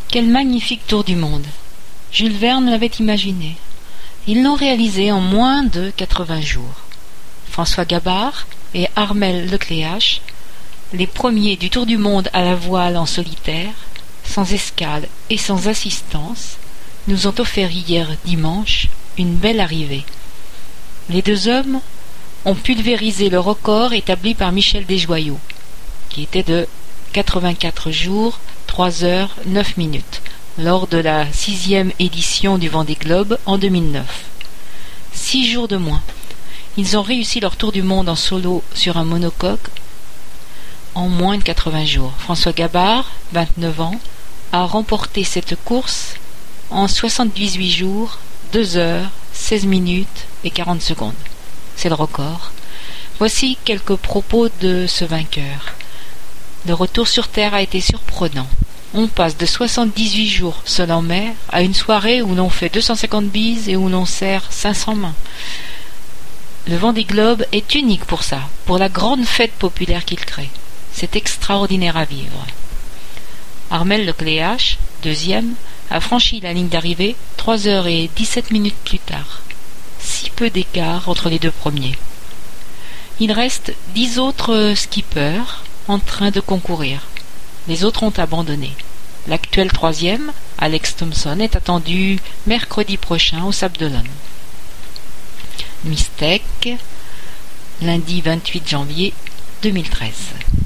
Quel magnifique tour du monde! Jules Verne l'avait imaginé. Ils l'ont réalisé en moins de 80 jours. François Gabard et Armel Lecléache, les premiers du tour du monde à la voile en solitaire, sans escale et sans assistance, nous ont offert hier dimanche une belle arrivée. Les deux hommes ont pulvérisé le record établi par Michel Desjoyaux, qui était de 84 jours, 3 heures, 9 minutes, lors de la 6e édition du Vendée Globe en 2009. 6 jours de moins. Ils ont réussi leur tour du monde en solo sur un monocoque en moins de 80 jours. François Gabard, 29 ans, a remporté cette course en 78 jours, 2 heures, 16 minutes et 40 secondes. C'est le record. Voici quelques propos de ce vainqueur. Le retour sur Terre a été surprenant. On passe de 78 jours seul en mer à une soirée où l'on fait 250 bises et où l'on serre 500 mains. Le Vendée Globe est unique pour ça, pour la grande fête populaire qu'il crée. C'est extraordinaire à vivre. Armel Lecléache, deuxième, a franchi la ligne d'arrivée 3 heures et 17 minutes plus tard. Si peu d'écart entre les deux premiers. Il reste 10 autres skippers en train de concourir. Les autres ont abandonné. L'actuel troisième, Alex Thompson, est attendu mercredi prochain au Sables d'Olonne. Mistec, lundi 28 janvier 2013.